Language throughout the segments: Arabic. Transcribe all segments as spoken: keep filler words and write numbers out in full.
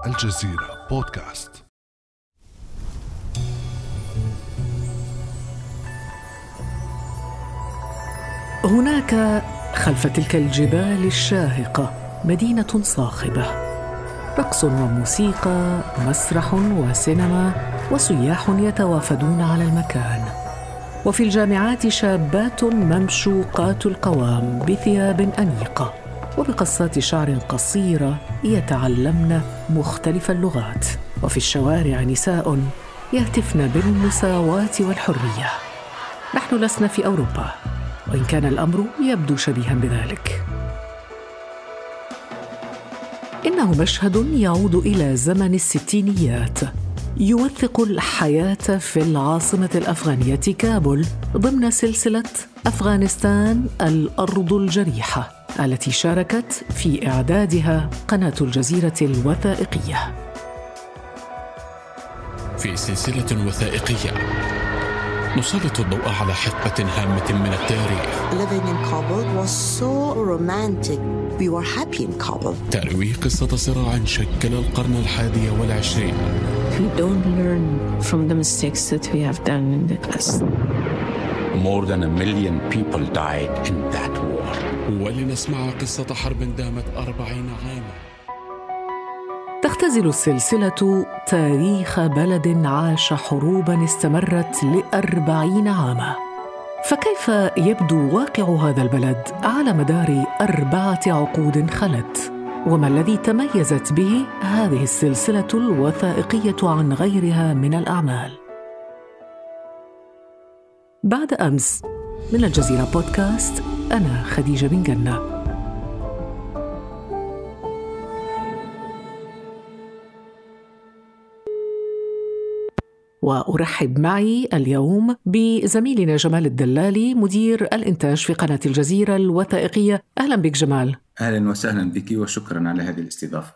الجزيرة بودكاست. هناك خلف تلك الجبال الشاهقة مدينة صاخبة، رقص وموسيقى، مسرح وسينما، وسياح يتوافدون على المكان. وفي الجامعات شابات ممشوقات القوام بثياب أنيقة وبقصات شعر قصيرة يتعلمن مختلف اللغات. وفي الشوارع نساء يهتفن بالمساواة والحرية. نحن لسنا في أوروبا، وإن كان الأمر يبدو شبيها بذلك. إنه مشهد يعود إلى زمن الستينيات، يوثق الحياة في العاصمة الأفغانية كابول ضمن سلسلة أفغانستان الأرض الجريحة، التي شاركت في إعدادها قناة الجزيرة الوثائقية. في سلسلة وثائقية نسلط الضوء على حقبة هامة من التاريخ. Living in Kabul was so romantic. We were happy in Kabul. تروي قصة صراع شكل القرن الحادي والعشرين. We don't learn from the mistakes that we have done in the past. More than a million people died in that war. ولنسمع قصة حرب دامت أربعين عاما. تختزل السلسلة تاريخ بلد عاش حروباً استمرت لأربعين عاماً. فكيف يبدو واقع هذا البلد على مدار أربعة عقود خلت؟ وما الذي تميزت به هذه السلسلة الوثائقية عن غيرها من الأعمال؟ بعد أمس من الجزيرة بودكاست، أنا خديجة بن جنة. وأرحب معي اليوم بزميلنا جمال الدلالي، مدير الإنتاج في قناة الجزيرة الوثائقية. أهلا بك جمال. أهلا وسهلا بك وشكرا على هذه الاستضافة.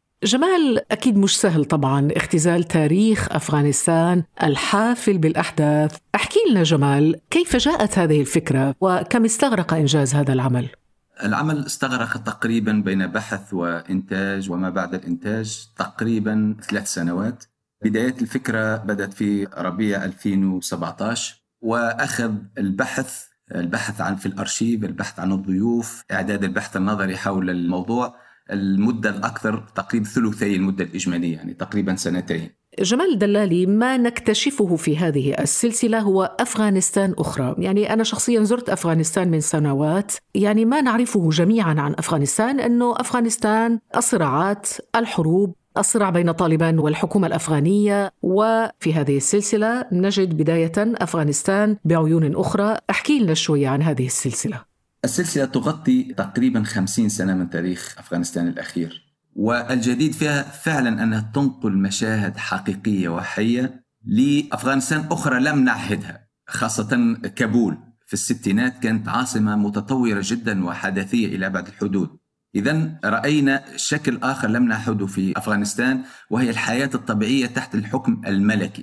جمال، أكيد مش سهل طبعا اختزال تاريخ أفغانستان الحافل بالأحداث. أحكي لنا جمال، كيف جاءت هذه الفكرة وكم استغرق إنجاز هذا العمل؟ العمل استغرق تقريبا بين بحث وإنتاج وما بعد الإنتاج تقريبا ثلاث سنوات. بداية الفكرة بدأت في ربيع ألفين وسبعة عشر، وأخذ البحث البحث عن في الأرشيف، البحث عن الضيوف، إعداد البحث النظري حول الموضوع، المدة الأكثر تقريبا ثلثي المدة الإجمالية، يعني تقريبا سنتين. جمال دلالي، ما نكتشفه في هذه السلسلة هو أفغانستان أخرى. يعني أنا شخصياً زرت أفغانستان من سنوات، يعني ما نعرفه جميعاً عن أفغانستان أنه أفغانستان الصراعات، الحروب، الصراع بين طالبان والحكومة الأفغانية. وفي هذه السلسلة نجد بداية أفغانستان بعيون أخرى. أحكي لنا شوية عن هذه السلسلة. السلسلة تغطي تقريبا خمسين سنة من تاريخ أفغانستان الأخير، والجديد فيها فعلا أنها تنقل مشاهد حقيقية وحية لأفغانستان أخرى لم نعهدها، خاصة كابول في الستينات كانت عاصمة متطورة جدا وحداثية إلى أبعد الحدود. إذن رأينا شكل آخر لم نعهده في أفغانستان، وهي الحياة الطبيعية تحت الحكم الملكي.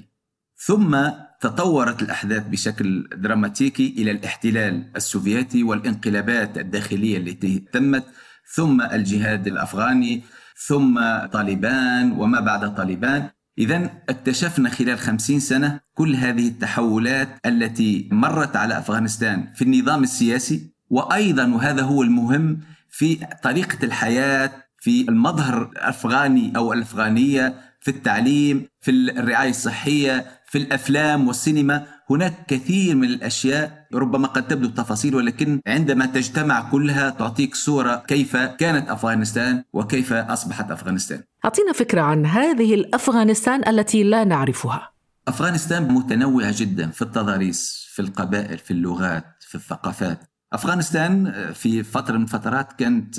ثم تطورت الأحداث بشكل دراماتيكي إلى الاحتلال السوفيتي والانقلابات الداخلية التي تمت، ثم الجهاد الأفغاني، ثم طالبان وما بعد طالبان. إذن اكتشفنا خلال خمسين سنة كل هذه التحولات التي مرت على أفغانستان في النظام السياسي، وأيضا وهذا هو المهم في طريقة الحياة، في المظهر الأفغاني أو الأفغانية، في التعليم، في الرعاية الصحية، في الأفلام والسينما. هناك كثير من الأشياء ربما قد تبدو تفاصيل، ولكن عندما تجتمع كلها تعطيك صورة كيف كانت أفغانستان وكيف أصبحت أفغانستان. أعطينا فكرة عن هذه الأفغانستان التي لا نعرفها. أفغانستان متنوعة جدا في التضاريس، في القبائل، في اللغات، في الثقافات. أفغانستان في فترة من فترات كانت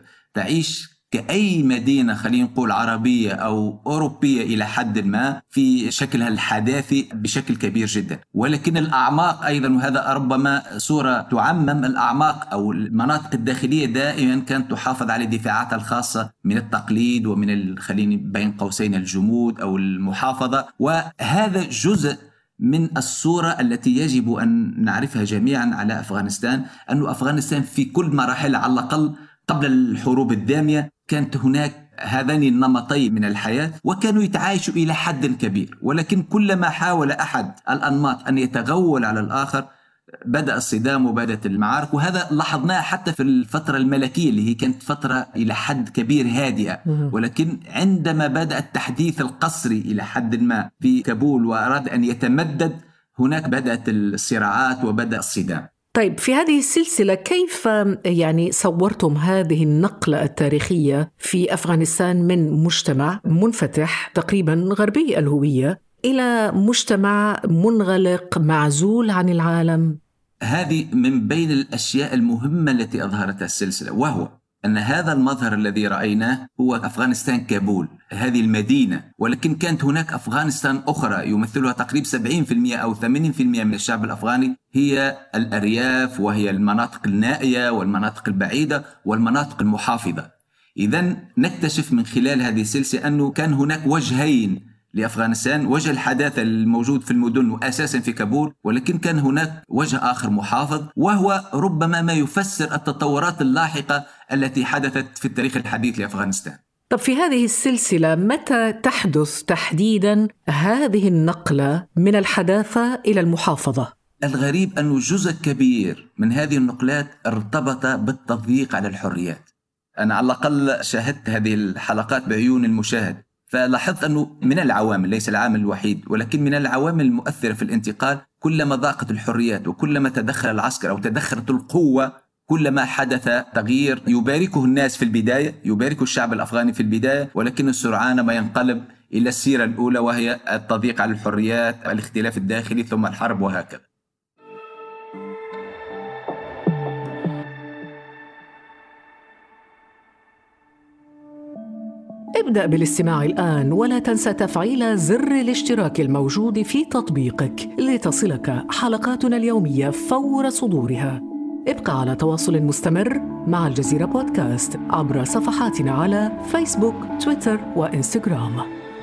تعيش كأي مدينة خلينا نقول عربية أو أوروبية إلى حد ما في شكلها الحداثي بشكل كبير جدا، ولكن الأعماق أيضا، وهذا ربما صورة تعمم، الأعماق أو المناطق الداخلية دائما كانت تحافظ على دفاعاتها الخاصة من التقليد ومن خليني بين قوسين الجمود أو المحافظة. وهذا جزء من الصورة التي يجب أن نعرفها جميعا على أفغانستان، أن أفغانستان في كل مراحل على الأقل قبل الحروب الدامية كانت هناك هذان النمطين من الحياة، وكانوا يتعايشوا إلى حد كبير. ولكن كلما حاول أحد الأنماط أن يتغول على الآخر بدأ الصدام وبدأت المعارك. وهذا لاحظناه حتى في الفترة الملكية اللي هي كانت فترة إلى حد كبير هادئة، ولكن عندما بدأ التحديث القسري إلى حد ما في كابول وأراد أن يتمدد، هناك بدأت الصراعات وبدأ الصدام. طيب، في هذه السلسلة كيف يعني صورتم هذه النقلة التاريخية في أفغانستان من مجتمع منفتح تقريبا غربي الهوية إلى مجتمع منغلق معزول عن العالم؟ هذه من بين الأشياء المهمة التي أظهرتها السلسلة، وهو أن هذا المظهر الذي رأيناه هو أفغانستان كابول، هذه المدينة، ولكن كانت هناك أفغانستان أخرى يمثلها تقريبا سبعين بالمئة أو ثمانين بالمئة من الشعب الأفغاني، هي الأرياف وهي المناطق النائية والمناطق البعيدة والمناطق المحافظة. إذن نكتشف من خلال هذه السلسلة أنه كان هناك وجهين لأفغانستان، وجه الحداثة الموجود في المدن وأساسا في كابول، ولكن كان هناك وجه آخر محافظ، وهو ربما ما يفسر التطورات اللاحقة التي حدثت في التاريخ الحديث لأفغانستان. طب في هذه السلسلة متى تحدث تحديدا هذه النقلة من الحداثة إلى المحافظة؟ الغريب أنه جزء كبير من هذه النقلات ارتبط بالتضييق على الحريات. أنا على الأقل شاهدت هذه الحلقات بعيون المشاهد، فلاحظت أنه من العوامل، ليس العامل الوحيد، ولكن من العوامل المؤثرة في الانتقال، كلما ضاقت الحريات وكلما تدخل العسكر أو تدخلت القوة، كلما حدث تغيير يباركه الناس في البداية، يباركه الشعب الأفغاني في البداية، ولكن سرعان ما ينقلب إلى السيرة الأولى، وهي التضييق على الحريات، الاختلاف الداخلي، ثم الحرب، وهكذا. ابدأ بالاستماع الآن، ولا تنسى تفعيل زر الاشتراك الموجود في تطبيقك لتصلك حلقاتنا اليومية فور صدورها. ابقى على تواصل مستمر مع الجزيرة بودكاست عبر صفحاتنا على فيسبوك، تويتر وإنستغرام.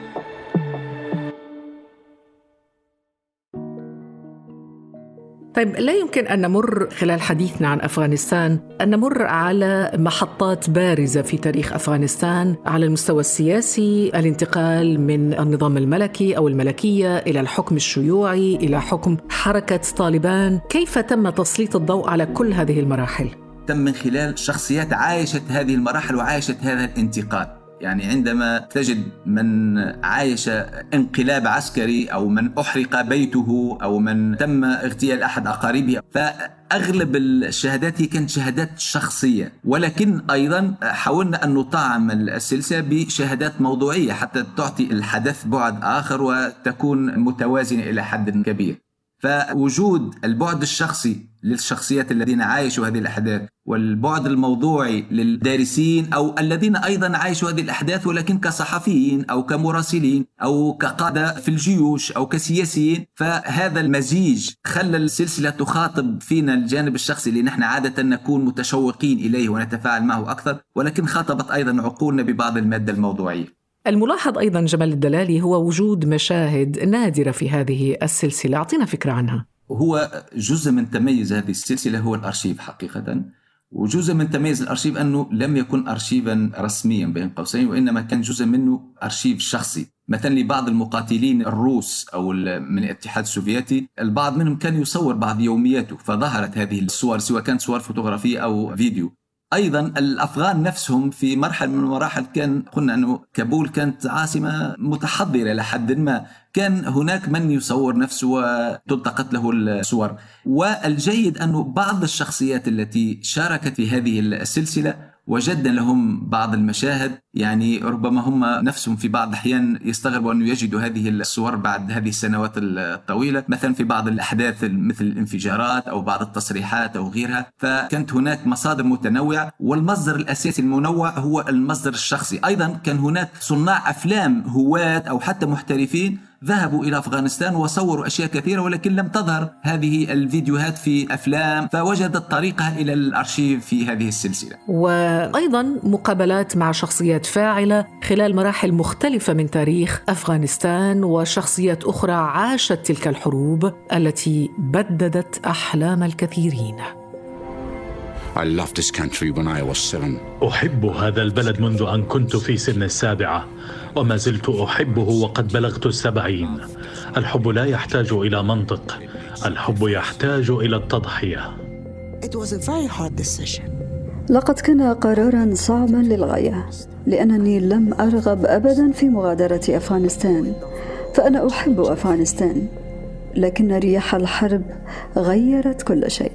طيب، لا يمكن أن نمر خلال حديثنا عن أفغانستان أن نمر على محطات بارزة في تاريخ أفغانستان على المستوى السياسي، الانتقال من النظام الملكي أو الملكية إلى الحكم الشيوعي إلى حكم حركة طالبان. كيف تم تسليط الضوء على كل هذه المراحل؟ تم من خلال شخصيات عايشت هذه المراحل وعايشت هذا الانتقال. يعني عندما تجد من عايش انقلاب عسكري أو من أحرق بيته أو من تم اغتيال أحد أقاربه، فأغلب الشهادات هي كانت شهادات شخصية، ولكن أيضا حاولنا أن نطعم السلسلة بشهادات موضوعية حتى تعطي الحدث بعد آخر وتكون متوازنة إلى حد كبير. فوجود البعد الشخصي للشخصيات الذين عايشوا هذه الأحداث والبعد الموضوعي للدارسين أو الذين أيضا عايشوا هذه الأحداث ولكن كصحفيين أو كمراسلين أو كقادة في الجيوش أو كسياسيين، فهذا المزيج خلى السلسلة تخاطب فينا الجانب الشخصي اللي نحن عادة نكون متشوقين إليه ونتفاعل معه أكثر، ولكن خاطبت أيضا عقولنا ببعض المادة الموضوعية. الملاحظ أيضا جمال الدلالي هو وجود مشاهد نادرة في هذه السلسلة، أعطينا فكرة عنها. هو جزء من تميز هذه السلسلة هو الأرشيف حقيقة، وجزء من تميز الأرشيف أنه لم يكن أرشيفا رسميا بين قوسين، وإنما كان جزء منه أرشيف شخصي. مثلا لبعض المقاتلين الروس أو من الاتحاد السوفيتي، البعض منهم كان يصور بعض يومياته، فظهرت هذه الصور سواء كانت صور فوتوغرافية أو فيديو. أيضا الأفغان نفسهم في مرحلة من المراحل كان قلنا أنه كابول كانت عاصمة متحضرة لحد ما، كان هناك من يصور نفسه وتلتقط له الصور. والجيد أنه بعض الشخصيات التي شاركت في هذه السلسلة وجدنا لهم بعض المشاهد، يعني ربما هم نفسهم في بعض الأحيان يستغربوا أن يجدوا هذه الصور بعد هذه السنوات الطويلة، مثلا في بعض الأحداث مثل الانفجارات أو بعض التصريحات أو غيرها. فكانت هناك مصادر متنوعة، والمصدر الأساسي المنوع هو المصدر الشخصي. أيضا كان هناك صناع أفلام هواة أو حتى محترفين ذهبوا إلى أفغانستان وصوروا أشياء كثيرة، ولكن لم تظهر هذه الفيديوهات في أفلام، فوجدت طريقها إلى الأرشيف في هذه السلسلة. وأيضا مقابلات مع شخصيات فاعلة خلال مراحل مختلفة من تاريخ أفغانستان، وشخصيات أخرى عاشت تلك الحروب التي بددت أحلام الكثيرين. I loved this country when I was seven. أحب هذا البلد منذ أن كنت في سن السابعة، وما زلت أحبه وقد بلغت السبعين. الحب لا يحتاج إلى منطق، الحب يحتاج إلى التضحية. It was a very hard decision. لقد كان قراراً صعباً للغاية، لأنني لم أرغب أبداً في مغادرة أفغانستان، فأنا أحب أفغانستان، لكن رياح الحرب غيرت كل شيء.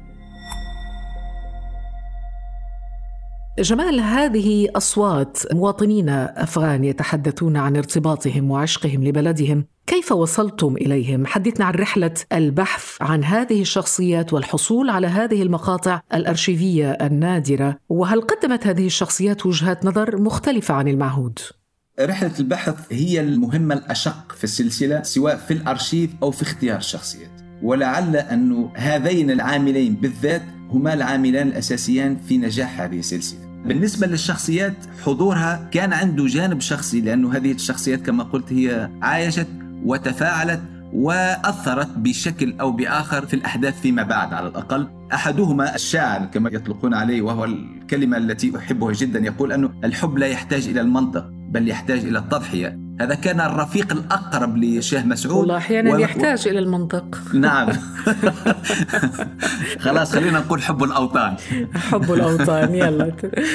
جمال، هذه أصوات مواطنين أفغان يتحدثون عن ارتباطهم وعشقهم لبلدهم، كيف وصلتم إليهم؟ حدثنا عن رحلة البحث عن هذه الشخصيات والحصول على هذه المقاطع الأرشيفية النادرة، وهل قدمت هذه الشخصيات وجهات نظر مختلفة عن المعهود؟ رحلة البحث هي المهمة الأشق في السلسلة، سواء في الأرشيف أو في اختيار الشخصيات، ولعل أن هذين العاملين بالذات هما العاملان الأساسيان في نجاح هذه السلسلة. بالنسبة للشخصيات، حضورها كان عنده جانب شخصي، لأنه هذه الشخصيات كما قلت هي عايشت وتفاعلت وأثرت بشكل أو بآخر في الأحداث فيما بعد. على الأقل أحدهما الشاعر كما يطلقون عليه، وهو الكلمة التي أحبها جدا، يقول أنه الحب لا يحتاج إلى المنطق بل يحتاج إلى التضحية. هذا كان الرفيق الأقرب لشاه مسعود. والله أحيانا و... يحتاج إلى المنطق. نعم. خلاص خلينا نقول حب الأوطان. حب الأوطان يلا.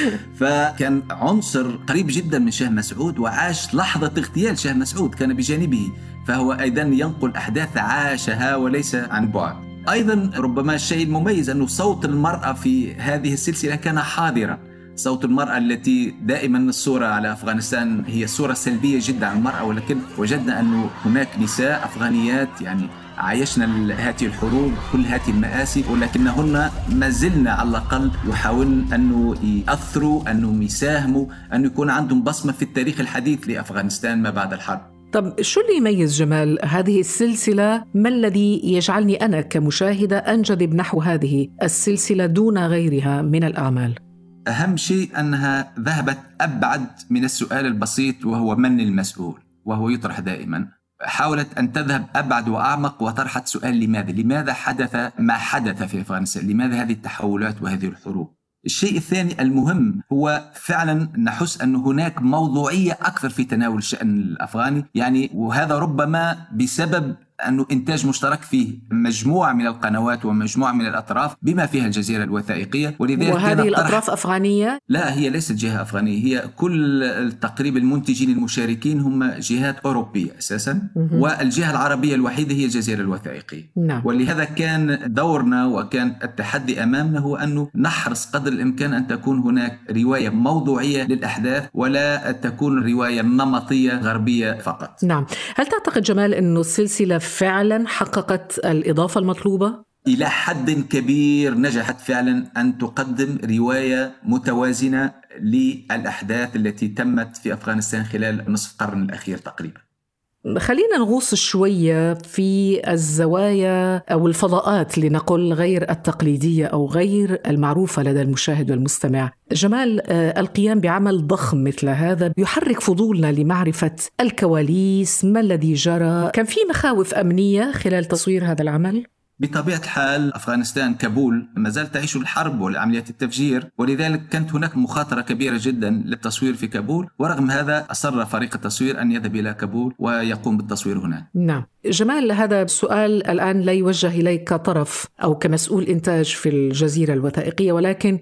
فكان عنصر قريب جدا من شاه مسعود، وعاش لحظة اغتيال شاه مسعود، كان بجانبه، فهو أيضا ينقل أحداث عاشها وليس عن بعد. أيضا ربما الشيء المميز أنه صوت المرأة في هذه السلسلة كان حاضرا. صوت المرأة التي دائما الصورة على أفغانستان هي صورة سلبية جدا عن المرأة، ولكن وجدنا أنه هناك نساء أفغانيات يعني عايشنا هذه الحروب كل هذه المآسي، ولكنهن ما زلنا على الأقل يحاولون أنه يأثروا، أنهم يساهموا، أن يكون عندهم بصمة في التاريخ الحديث لأفغانستان ما بعد الحرب. طب شو اللي يميز جمال هذه السلسلة؟ ما الذي يجعلني أنا كمشاهدة أنجذب نحو هذه السلسلة دون غيرها من الأعمال؟ أهم شيء أنها ذهبت أبعد من السؤال البسيط وهو من المسؤول، وهو يطرح دائما. حاولت أن تذهب أبعد وأعمق وطرحت سؤال لماذا؟ لماذا حدث ما حدث في أفغانستان؟ لماذا هذه التحولات وهذه الحروب؟ الشيء الثاني المهم هو فعلا نحس أن هناك موضوعية أكثر في تناول الشأن الأفغاني، يعني وهذا ربما بسبب أنه إنتاج مشترك فيه مجموعة من القنوات ومجموعة من الأطراف بما فيها الجزيرة الوثائقية. ولذلك وهذه الأطراف أفغانية؟ لا، هي ليست جهة أفغانية، هي كل تقريبا المنتجين المشاركين هم جهات أوروبية أساسا، والجهة العربية الوحيدة هي الجزيرة الوثائقية. نعم. ولهذا كان دورنا وكان التحدي أمامنا هو أنه نحرص قدر الإمكان أن تكون هناك رواية موضوعية للأحداث ولا تكون رواية نمطية غربية فقط. نعم. هل تعتقد جمال أنه السلسلة فعلا حققت الإضافة المطلوبة؟ إلى حد كبير نجحت فعلا أن تقدم رواية متوازنة للأحداث التي تمت في أفغانستان خلال نصف القرن الأخير تقريبا. خلينا نغوص شوية في الزوايا أو الفضاءات لنقل غير التقليدية أو غير المعروفة لدى المشاهد والمستمع. جمال، القيام بعمل ضخم مثل هذا يحرك فضولنا لمعرفة الكواليس، ما الذي جرى؟ كان في مخاوف أمنية خلال تصوير هذا العمل؟ بطبيعة الحال أفغانستان كابول ما زالت تعيش الحرب والعمليات التفجير، ولذلك كانت هناك مخاطرة كبيرة جدا للتصوير في كابول، ورغم هذا أصر فريق التصوير أن يذهب إلى كابول ويقوم بالتصوير هناك. نعم. جمال، هذا السؤال الآن لا يوجه إليك كطرف أو كمسؤول إنتاج في الجزيرة الوثائقية، ولكن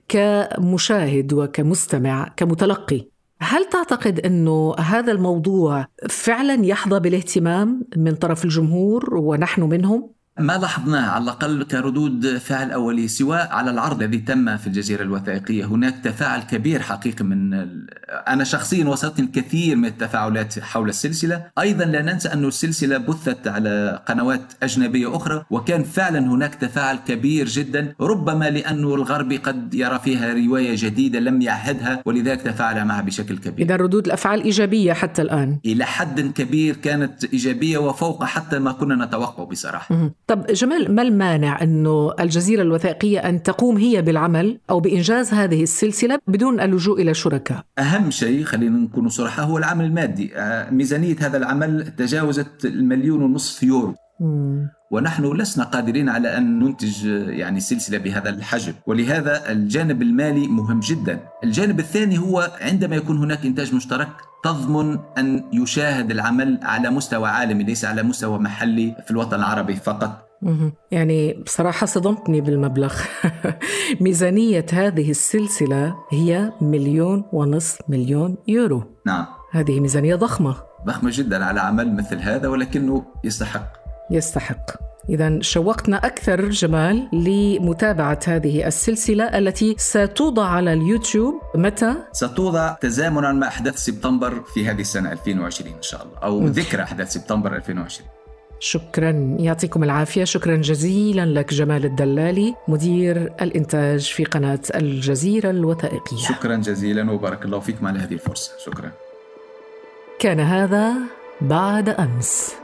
كمشاهد وكمستمع كمتلقي. هل تعتقد أنه هذا الموضوع فعلا يحظى بالاهتمام من طرف الجمهور ونحن منهم؟ ما لاحظناه على الأقل كردود فعل أولي، سواء على العرض الذي تم في الجزيرة الوثائقية هناك تفاعل كبير حقيقي. من أنا شخصيا وصلتني الكثير من التفاعلات حول السلسلة. أيضا لا ننسى أن السلسلة بثت على قنوات أجنبية أخرى، وكان فعلا هناك تفاعل كبير جدا، ربما لأنه الغرب قد يرى فيها رواية جديدة لم يعهدها ولذلك تفاعل معها بشكل كبير. إذا ردود الأفعال إيجابية حتى الآن؟ إلى حد كبير كانت إيجابية وفوق حتى ما كنا نتوقع بصراحة. طب جمال، ما المانع أنه الجزيرة الوثائقية أن تقوم هي بالعمل أو بإنجاز هذه السلسلة بدون اللجوء إلى شركاء؟ أهم شيء خلينا نكون صراحة هو العمل المادي. ميزانية هذا العمل تجاوزت المليون ونصف يورو، مم. ونحن لسنا قادرين على أن ننتج يعني سلسلة بهذا الحجم، ولهذا الجانب المالي مهم جدا. الجانب الثاني هو عندما يكون هناك إنتاج مشترك تضمن أن يشاهد العمل على مستوى عالمي ليس على مستوى محلي في الوطن العربي فقط. يعني بصراحة صدمتني بالمبلغ. ميزانية هذه السلسلة هي مليون ونصف مليون يورو. نعم، هذه ميزانية ضخمة ضخمة جدا على عمل مثل هذا، ولكنه يستحق يستحق. إذن شوقتنا أكثر جمال لمتابعة هذه السلسلة التي ستوضع على اليوتيوب متى؟ ستوضع تزامنا مع أحداث سبتمبر في هذه السنة ألفين وعشرين إن شاء الله، أو ذكرى أحداث سبتمبر ألفين وعشرين. شكرا، يعطيكم العافية. شكرا جزيلا لك جمال الدلالي، مدير الإنتاج في قناة الجزيرة الوثائقية. شكرا جزيلا وبارك الله فيكم على هذه الفرصة. شكرا. كان هذا بعد أمس.